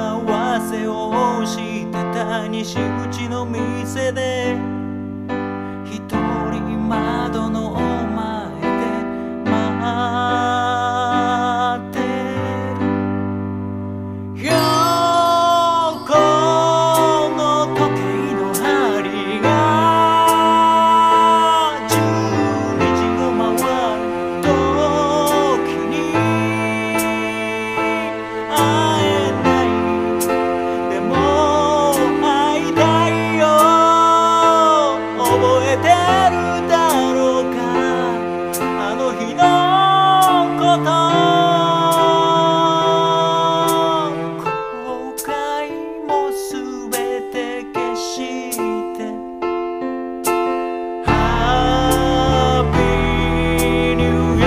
合わせをしてた西口の店で一人窓の前で待ってる横の時計の針が12時を回る時に会えないでも会いたいよ覚えてるだろうかあの日のこと後悔もすべて消してハッピーニューイヤ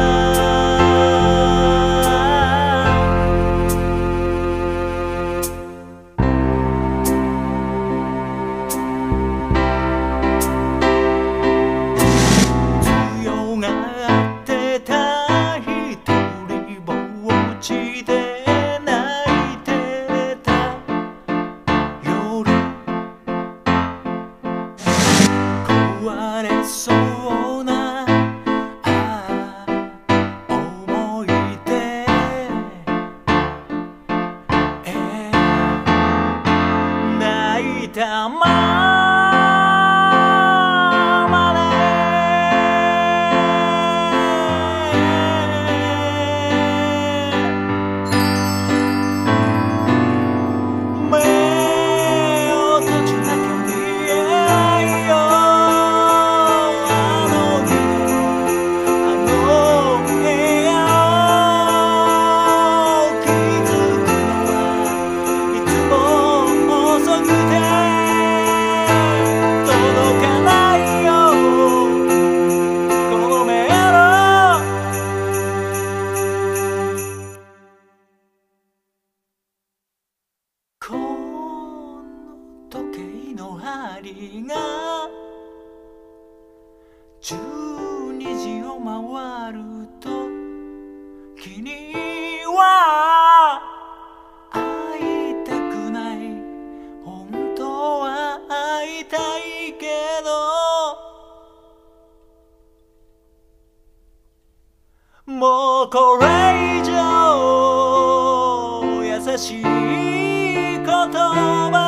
ー強がってた一人ぼっちで泣いてた夜壊れそうな思い出泣いたままで目を閉じなきゃ見えないよあの日のあの部屋を気づくのはいつも遅くて届かないよこのメロこの時計の針が12時を回ると君は会いたくない本当は会いたいけどもうこれ以上優しい言葉